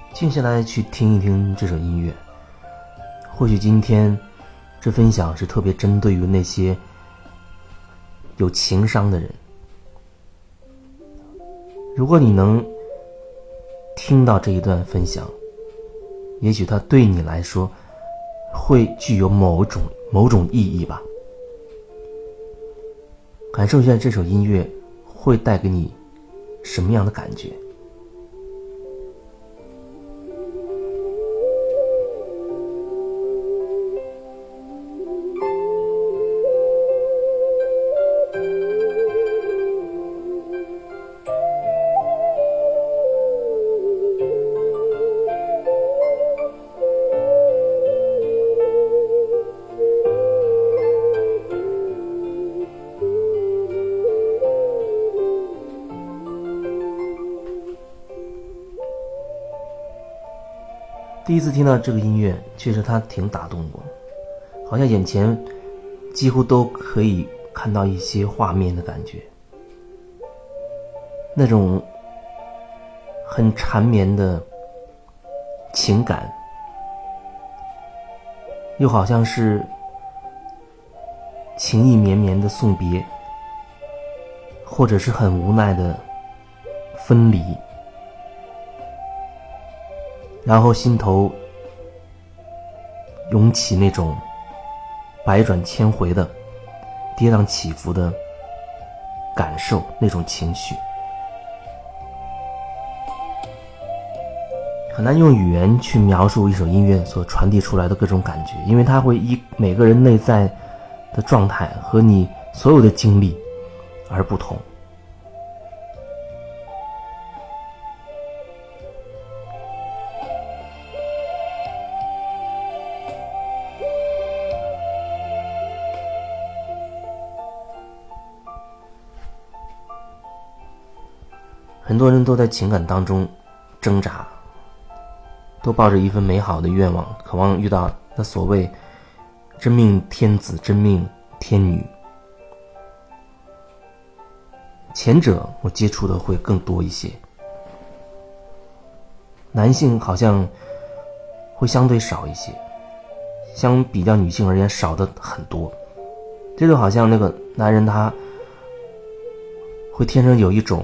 静下来去听一听这首音乐。或许今天这分享是特别针对于那些有情商的人。如果你能听到这一段分享，也许它对你来说会具有某种意义吧。感受一下这首音乐会带给你什么样的感觉。第一次听到这个音乐，确实它挺打动我，好像眼前几乎都可以看到一些画面的感觉，那种很缠绵的情感，又好像是情意绵绵的送别，或者是很无奈的分离，然后心头涌起那种百转千回的跌宕起伏的感受，那种情绪很难用语言去描述一首音乐所传递出来的各种感觉，因为它会依每个人内在的状态和你所有的经历而不同。很多人都在情感当中挣扎，都抱着一份美好的愿望，渴望遇到那所谓真命天子真命天女。前者我接触的会更多一些，男性好像会相对少一些，相比较女性而言少的很多。这就好像那个男人他会天生有一种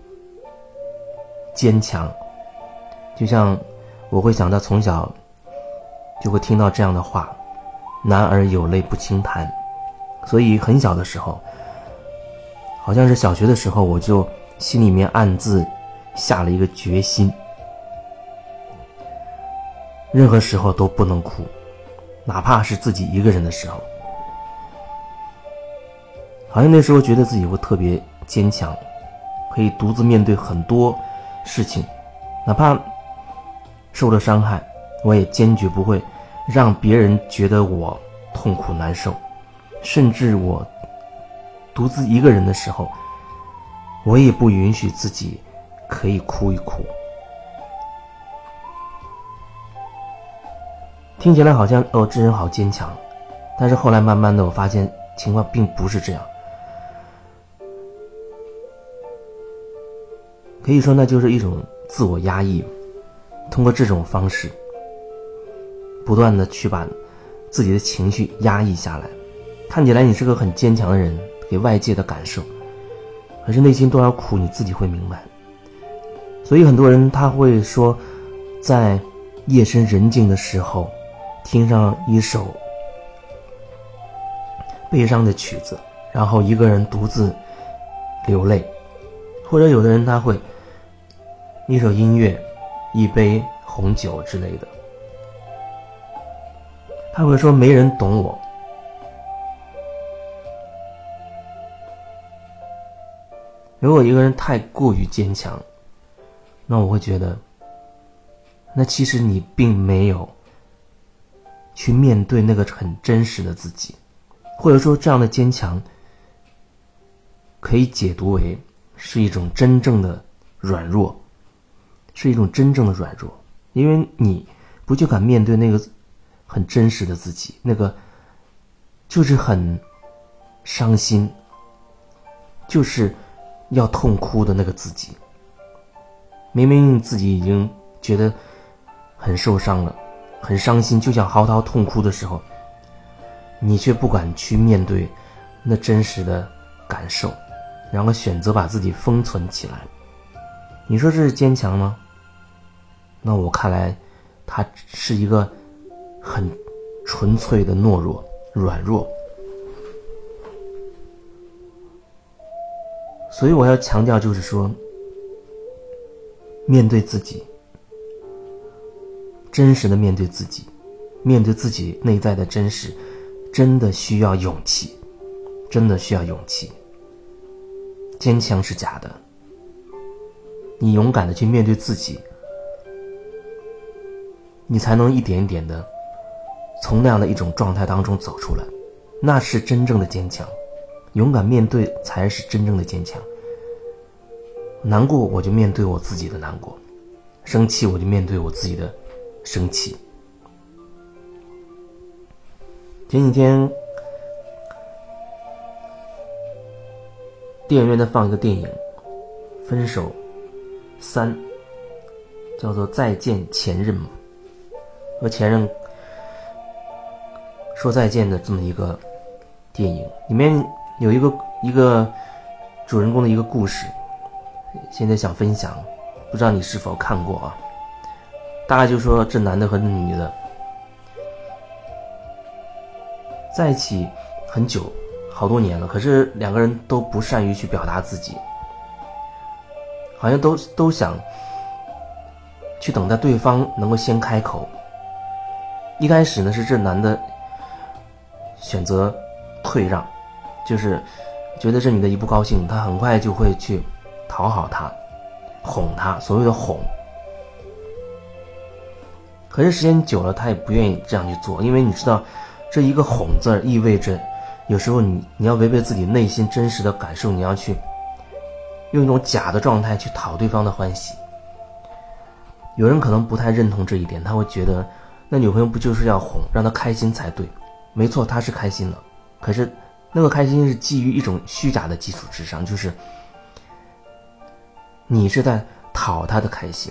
坚强，就像我会想到从小就会听到这样的话，男儿有泪不轻弹。所以很小的时候，好像是小学的时候，我就心里面暗自下了一个决心，任何时候都不能哭，哪怕是自己一个人的时候。好像那时候觉得自己会特别坚强，可以独自面对很多事情，哪怕受了伤害，我也坚决不会让别人觉得我痛苦难受，甚至我独自一个人的时候，我也不允许自己可以哭一哭。听起来好像这人好坚强，但是后来慢慢的我发现情况并不是这样。可以说那就是一种自我压抑，通过这种方式不断的去把自己的情绪压抑下来，看起来你是个很坚强的人，给外界的感受，可是内心多少苦你自己会明白。所以很多人他会说，在夜深人静的时候听上一首悲伤的曲子，然后一个人独自流泪，或者有的人他会一首音乐一杯红酒之类的，他会说没人懂我。如果一个人太过于坚强，那我会觉得那其实你并没有去面对那个很真实的自己，或者说这样的坚强可以解读为是一种真正的软弱，是一种真正的软弱，因为你不去敢面对那个很真实的自己，那个就是很伤心，就是要痛哭的那个自己。明明自己已经觉得很受伤了，很伤心，就想嚎啕痛哭的时候，你却不敢去面对那真实的感受，然后选择把自己封存起来。你说这是坚强吗？那我看来它是一个很纯粹的懦弱、软弱。所以我要强调，就是说，面对自己，真实的面对自己，面对自己内在的真实，真的需要勇气，真的需要勇气。坚强是假的，你勇敢的去面对自己，你才能一点一点的从那样的一种状态当中走出来，那是真正的坚强。勇敢面对才是真正的坚强。难过我就面对我自己的难过，生气我就面对我自己的生气。前几天电影院在放一个电影《分手3》，叫做再见前任嘛，和前任说再见的这么一个电影，里面有一个主人公的一个故事，现在想分享，不知道你是否看过啊？大概就说这男的和那女的在一起很久，好多年了，可是两个人都不善于去表达自己，好像都想去等待对方能够先开口。一开始呢是这男的选择退让，就是觉得这女的一不高兴，他很快就会去讨好她，哄她，所谓的哄。可是时间久了，他也不愿意这样去做，因为你知道，这一个哄字意味着有时候你要违背自己内心真实的感受，你要去用一种假的状态去讨对方的欢喜。有人可能不太认同这一点，他会觉得那女朋友不就是要哄，让她开心才对。没错，她是开心了，可是那个开心是基于一种虚假的基础之上，就是你是在讨她的开心。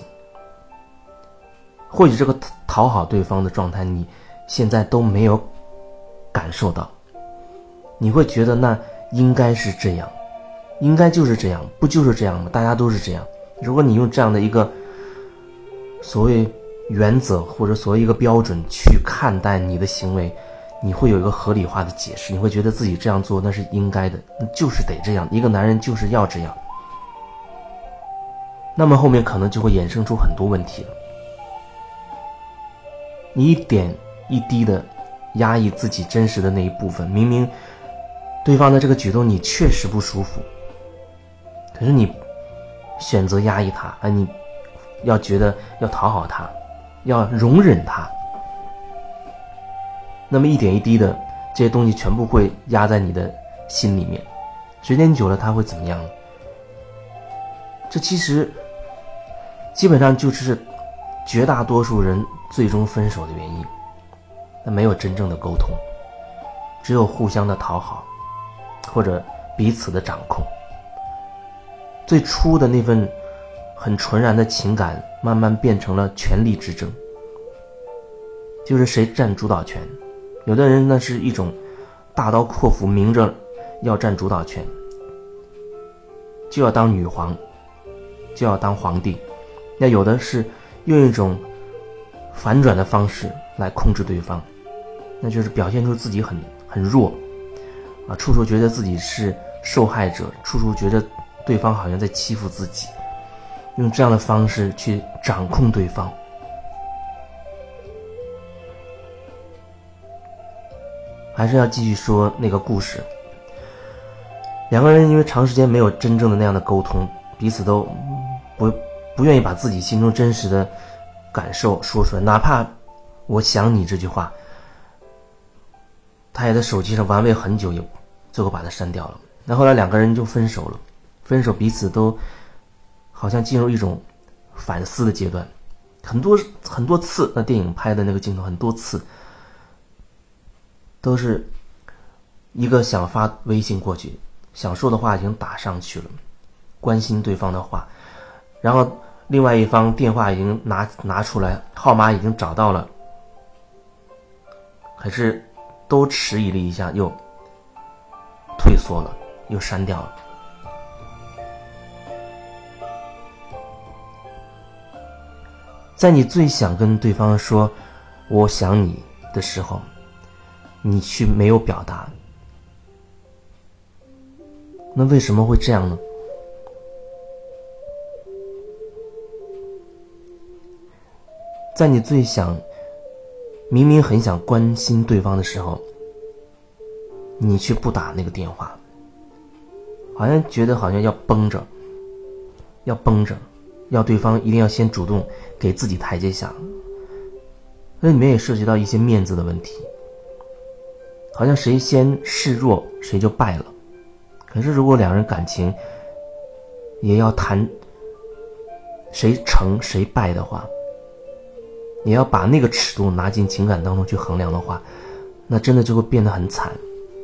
或许这个讨好对方的状态你现在都没有感受到，你会觉得那应该是这样，应该就是这样，不就是这样吗？大家都是这样。如果你用这样的一个所谓原则或者所谓一个标准去看待你的行为，你会有一个合理化的解释，你会觉得自己这样做那是应该的，那就是得这样，一个男人就是要这样。那么后面可能就会衍生出很多问题了。你一点一滴的压抑自己真实的那一部分，明明对方的这个举动你确实不舒服，可是你选择压抑他，你要觉得要讨好他，要容忍他，那么一点一滴的这些东西全部会压在你的心里面，时间久了他会怎么样？这其实基本上就是绝大多数人最终分手的原因。那没有真正的沟通，只有互相的讨好或者彼此的掌控，最初的那份很纯然的情感慢慢变成了权力之争，就是谁占主导权。有的人那是一种大刀阔斧，明着要占主导权，就要当女皇，就要当皇帝。那有的是用一种反转的方式来控制对方，那就是表现出自己很弱啊，处处觉得自己是受害者，处处觉得对方好像在欺负自己，用这样的方式去掌控对方。还是要继续说那个故事。两个人因为长时间没有真正的那样的沟通，彼此都不愿意把自己心中真实的感受说出来，哪怕我想你这句话，他也在手机上玩味很久，也最后把它删掉了。那后来两个人就分手了，分手彼此都好像进入一种反思的阶段，很多次，那电影拍的那个镜头很多次都是一个想发微信过去，想说的话已经打上去了，关心对方的话，然后另外一方电话已经拿出来，号码已经找到了，可是都迟疑了一下，又退缩了，又删掉了。在你最想跟对方说我想你的时候，你却没有表达，那为什么会这样呢？在你最想明明很想关心对方的时候，你却不打那个电话，好像觉得好像要绷着，要对方一定要先主动给自己台阶下。那里面也涉及到一些面子的问题，好像谁先示弱谁就败了。可是如果两人感情也要谈谁成谁败的话，也要把那个尺度拿进情感当中去衡量的话，那真的就会变得很惨。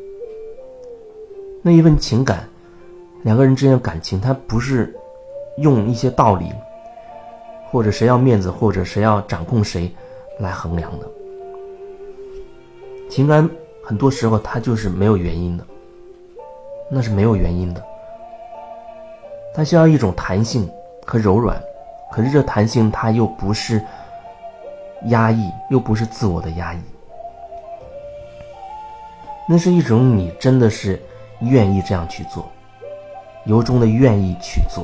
那一份情感，两个人之间的感情，它不是用一些道理或者谁要面子或者谁要掌控谁来衡量的。情感很多时候它就是没有原因的，那是没有原因的，它需要一种弹性和柔软，可是这弹性它又不是压抑，又不是自我的压抑，那是一种你真的是愿意这样去做，由衷的愿意去做。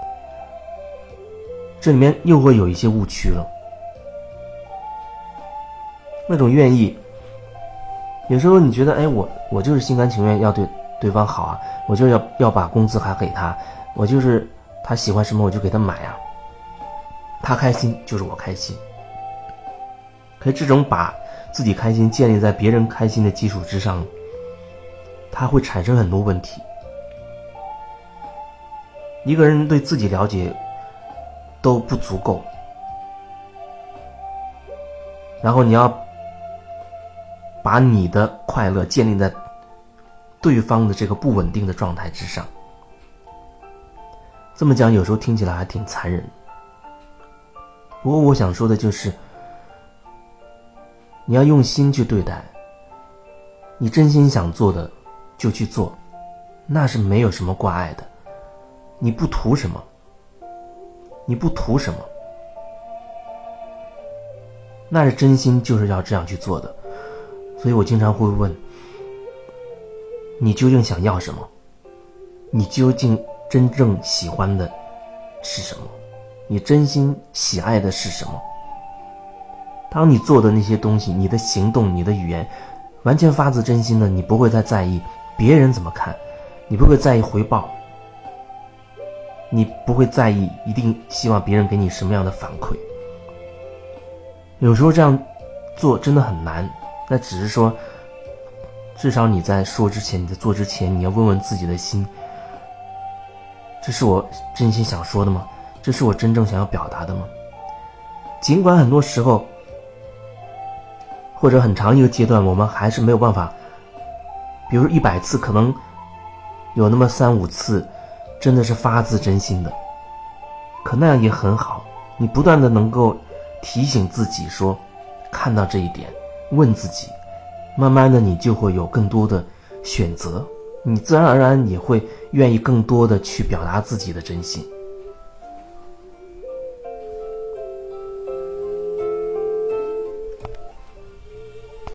这里面又会有一些误区了。那种愿意，有时候你觉得我就是心甘情愿要对对方好啊，我就要把工资还给他，我就是他喜欢什么我就给他买啊，他开心就是我开心。可是这种把自己开心建立在别人开心的基础之上，它会产生很多问题。一个人对自己了解都不足够，然后你要把你的快乐建立在对方的这个不稳定的状态之上，这么讲有时候听起来还挺残忍。不过我想说的就是，你要用心去对待，你真心想做的就去做，那是没有什么挂碍的。你不图什么，那是真心就是要这样去做的。所以我经常会问，你究竟想要什么？你究竟真正喜欢的是什么？你真心喜爱的是什么？当你做的那些东西，你的行动，你的语言完全发自真心的，你不会再在意别人怎么看，你不会在意回报，你不会在意一定希望别人给你什么样的反馈。有时候这样做真的很难，那只是说至少你在说之前，你在做之前，你要问问自己的心，这是我真心想说的吗？这是我真正想要表达的吗？尽管很多时候或者很长一个阶段我们还是没有办法，比如100次可能有那么3-5次真的是发自真心的，可那样也很好。你不断的能够提醒自己说，看到这一点，问自己，慢慢的你就会有更多的选择，你自然而然也会愿意更多的去表达自己的真心。